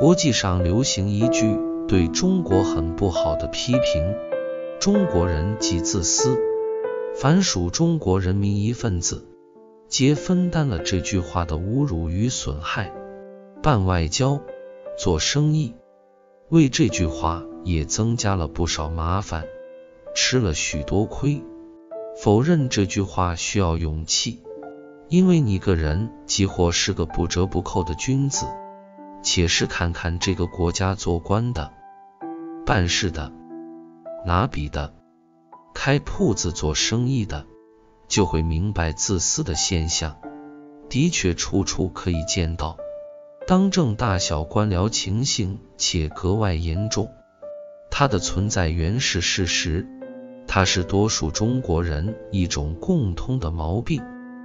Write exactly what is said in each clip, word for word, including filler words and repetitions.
国际上流行一句对中国很不好的批评：中国人极自私，凡属中国人民一份子，皆分担了这句话的侮辱与损害。办外交、做生意，为这句话也增加了不少麻烦，吃了许多亏。否认这句话需要勇气，因为你个人即或是个不折不扣的君子，且试看看这个国家做官的、办事的、拿笔的、开铺子做生意的，就会明白自私的现象的确处处可以见到。当政大小官僚情形且格外严重，它的存在原是事实，它是多数中国人一种共通的毛病。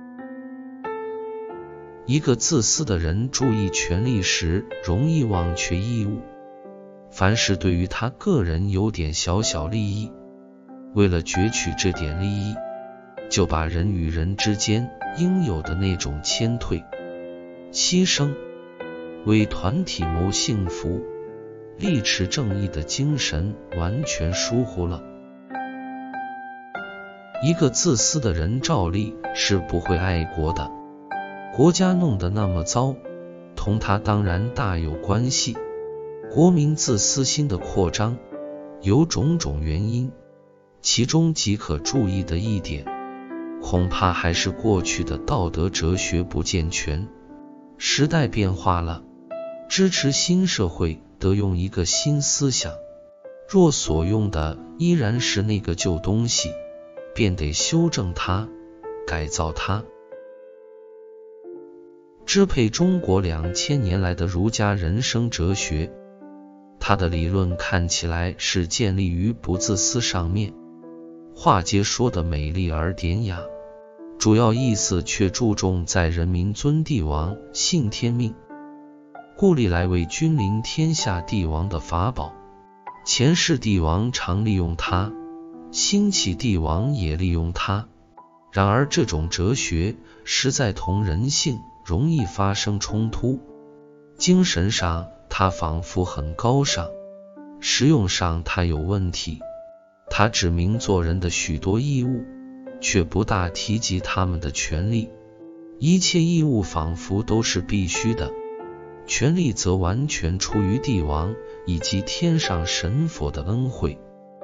一个自私的人注意权力时，容易忘却义务。凡是对于他个人有点小小利益，为了攫取这点利益，就把人与人之间应有的那种谦退、牺牲、为团体谋幸福、力持正义的精神完全疏忽了。一个自私的人照例是不会爱国的，国家弄得那么糟，同他当然大有关系。国民自私心的扩张有种种原因，其中极可注意的一点，恐怕还是过去的道德哲学不健全。时代变化了，支持新社会得用一个新思想，若所用的依然是那个旧东西，便得修正它，改造它。支配中国两千年来的儒家人生哲学，他的理论看起来是建立于不自私上面，话皆说得美丽而典雅，主要意思却注重在人民尊帝王、信天命，故历来为君临天下帝王的法宝。前世帝王常利用它，新起帝王也利用它。然而这种哲学实在同人性容易发生冲突，精神上它仿佛很高尚，实用上它有问题。它指明做人的许多义务，却不大提及他们的权利。一切义务仿佛都是必须的，权利则完全出于帝王以及天上神佛的恩惠。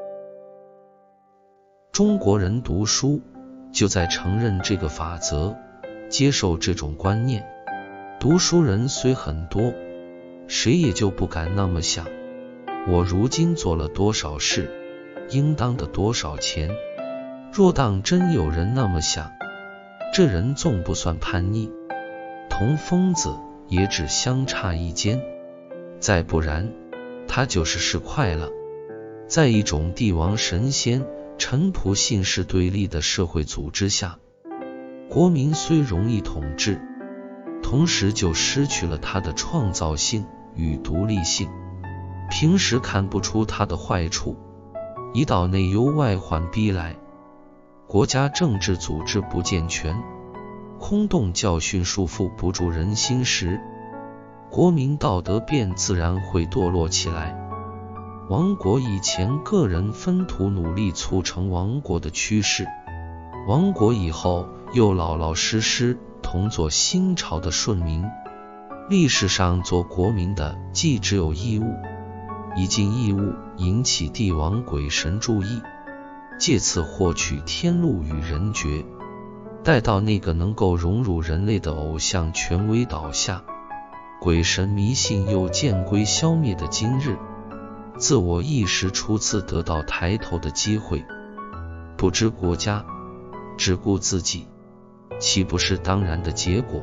中国人读书就在承认这个法则，接受这种观念。读书人虽很多，谁也就不敢那么想，我如今做了多少事，应当的多少钱。若当真有人那么想，这人纵不算叛逆，同疯子也只相差一肩，再不然他就是市侩了。在一种帝王神仙、臣仆信士对立的社会组织下，国民虽容易统治，同时就失去了它的创造性与独立性。平时看不出它的坏处，一到内忧外患逼来，国家政治组织不健全，空洞教训束缚不住人心时，国民道德便自然会堕落起来。亡国以前，个人分途努力促成亡国的趋势；亡国以后，又老老实实同做新朝的顺民。历史上做国民的既只有义务，以尽义务引起帝王鬼神注意，借此获取天禄与人爵。待到那个能够荣辱人类的偶像权威倒下，鬼神迷信又渐归消灭的今日，自我意识初次得到抬头的机会，不知国家，只顾自己，岂不是当然的结果？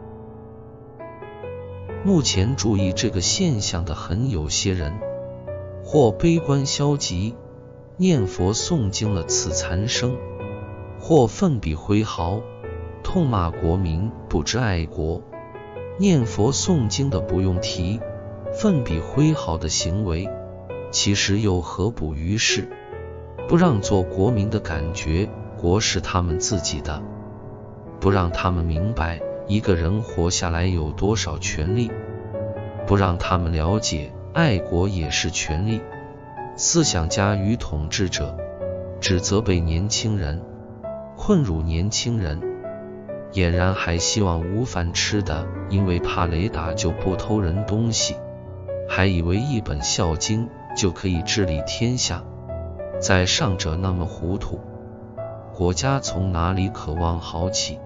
目前注意这个现象的很有些人，或悲观消极，念佛诵经了此残生；或奋笔挥毫，痛骂国民不知爱国。念佛诵经的不用提，奋笔挥毫的行为其实又何补于事？不让做国民的感觉国是他们自己的，不让他们明白一个人活下来有多少权利， 不让他们了解爱国也是权利。思想家与统治者只责备年轻人，困辱年轻人，俨然还希望无饭吃的，因为怕雷打就不偷人东西，还以为一本《孝经》就可以治理天下。在上者那么糊涂，国家从哪里渴望好起？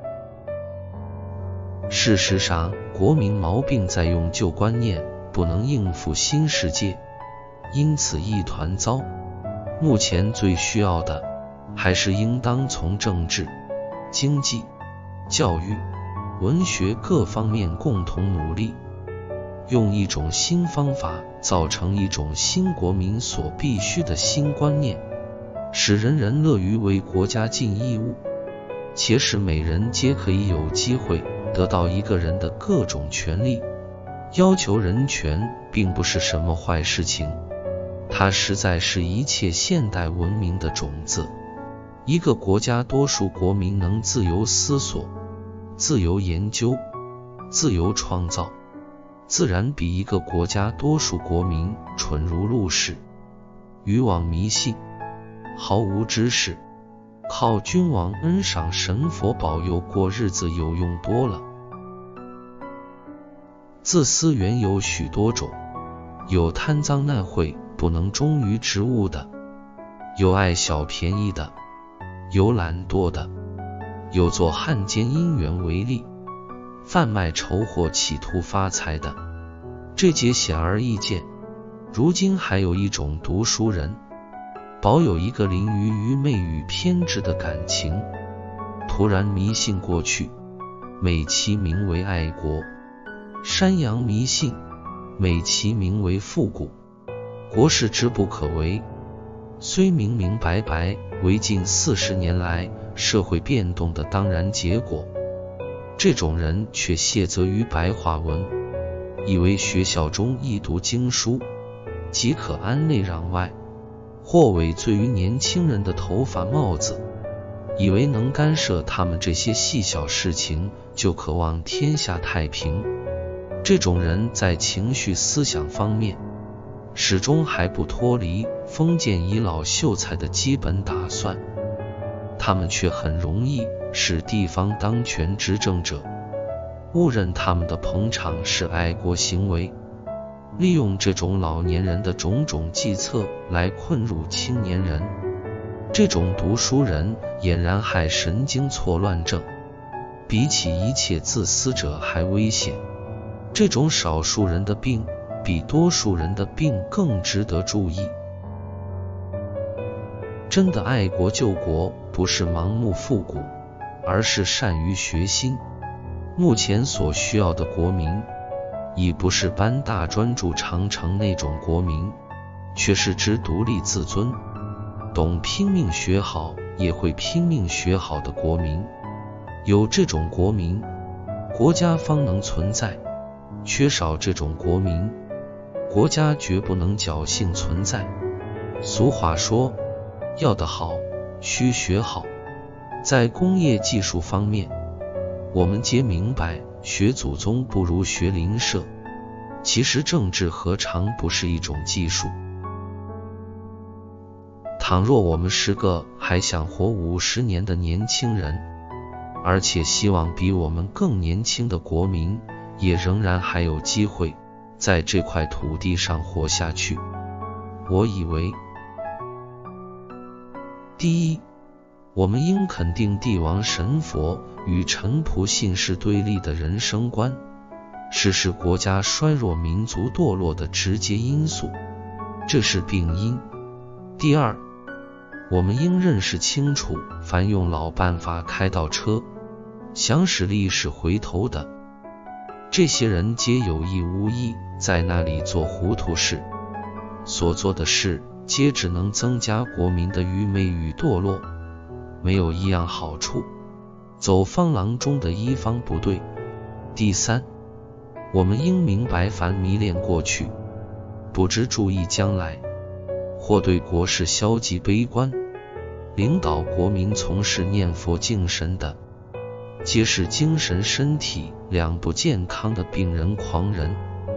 事实上，国民毛病在用旧观念，不能应付新世界，因此一团糟。目前最需要的，还是应当从政治、经济、教育、文学各方面共同努力，用一种新方法造成一种新国民所必须的新观念，使人人乐于为国家尽义务，且使每人皆可以有机会得到一个人的各种权利。要求人权并不是什么坏事情，它实在是一切现代文明的种子。一个国家多数国民能自由思索、自由研究、自由创造，自然比一个国家多数国民蠢如鹿屎、愚妄迷信、毫无知识，靠君王恩赏神佛保佑过日子有用多了。自私原有许多种，有贪赃纳贿不能忠于职务的，有爱小便宜的，有懒惰的，有做汉奸因缘为利，贩卖筹货企图发财的，这皆显而易见。如今还有一种读书人，保有一个凌于愚昧与偏执的感情，突然迷信过去，美其名为爱国；山羊迷信，美其名为复古。国事之不可为，虽明明白白为近四十年来社会变动的当然结果，这种人却谢责于白话文，以为学校中一读经书即可安内攘外，或委罪于年轻人的头发帽子，以为能干涉他们这些细小事情就渴望天下太平。这种人在情绪思想方面始终还不脱离封建遗老秀才的基本打算，他们却很容易使地方当权执政者误认他们的捧场是爱国行为，利用这种老年人的种种计策来困辱青年人。这种读书人俨然害神经错乱症，比起一切自私者还危险。这种少数人的病比多数人的病更值得注意。真的爱国救国不是盲目复古，而是善于学新。目前所需要的国民已不是班大专注长城那种国民，却是知独立自尊，懂拼命学好也会拼命学好的国民。有这种国民，国家方能存在；缺少这种国民，国家绝不能侥幸存在。俗话说，要得好，须学好。在工业技术方面，我们皆明白，学祖宗不如学邻舍。其实政治何尝不是一种技术？倘若我们是个还想活五十年的年轻人，而且希望比我们更年轻的国民也仍然还有机会在这块土地上活下去，我以为，第一，我们应肯定帝王神佛与臣仆信士对立的人生观，是使国家衰弱民族堕落的直接因素，这是病因。第二，我们应认识清楚，凡用老办法开倒车，想使历史回头的，这些人皆有意无意在那里做糊涂事，所做的事皆只能增加国民的愚昧与堕落，没有一样好处，走方廊中的一方不对。第三，我们应明白，凡迷恋过去，不知注意将来，或对国事消极悲观，领导国民从事念佛敬神的，皆是精神身体两不健康的病人狂人。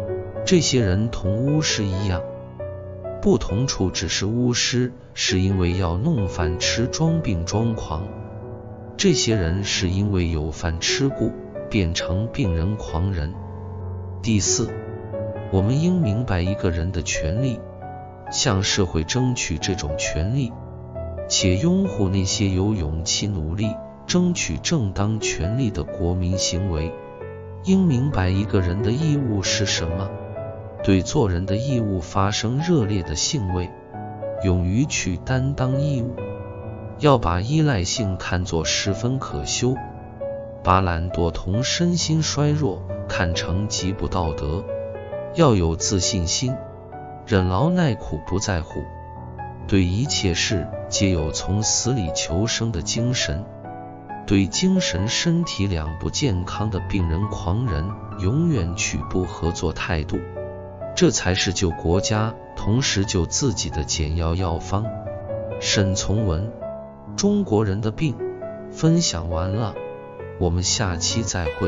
这些人同巫师一样，不同处只是巫师是因为要弄饭吃装病装狂，这些人是因为有饭吃故变成病人狂人。第四，我们应明白一个人的权利，向社会争取这种权利，且拥护那些有勇气努力争取正当权利的国民行为。应明白一个人的义务是什么，对做人的义务发生热烈的兴味，勇于去担当义务。要把依赖性看作十分可羞，把懒惰同身心衰弱看成极不道德。要有自信心，忍劳耐苦不在乎，对一切事皆有从死里求生的精神。对精神身体两不健康的病人狂人永远取不合作态度，这才是救国家同时救自己的简要药方。沈从文，中国人的病分享完了，我们下期再会。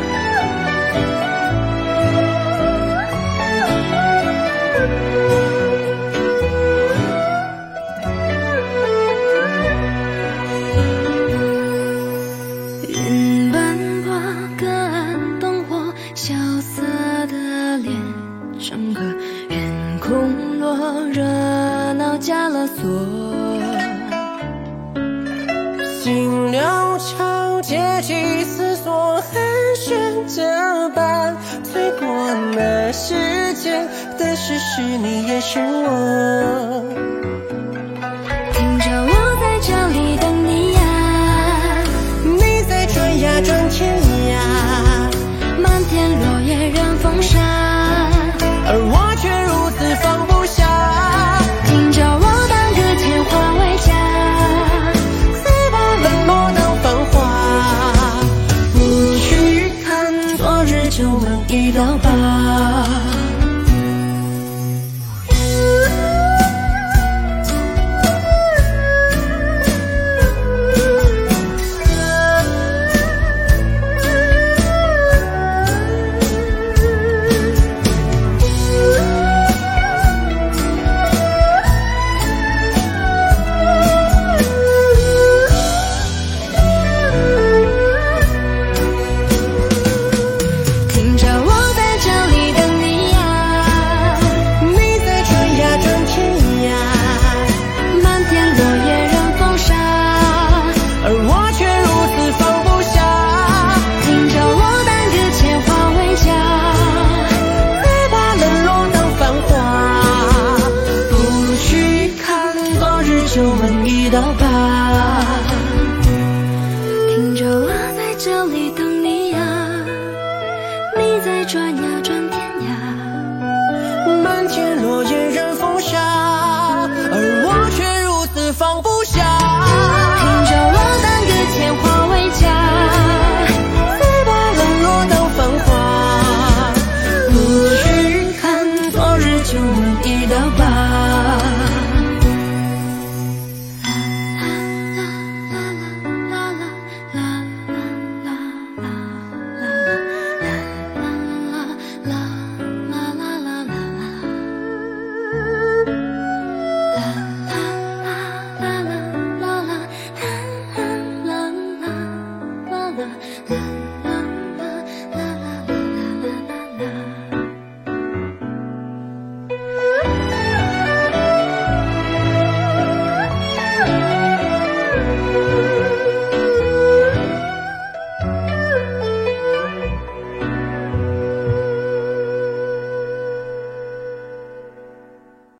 心流畅，节气思索，寒暄这般催过那时间的事是你也是我。 听着我在这里等你呀， 你在转呀转天涯， 漫天落叶任风沙， 而我却如此放不下。 听着我当歌天花为家， 再把冷漠当繁华，不去看昨日就能一到八。就能一到八， 听着我在这里等你呀，你在转呀转天涯， 漫天落叶任风沙，而我却如此放不下。 听着我当歌天花为家， 再把冷落当繁华，不去看昨日就能一到八。 啦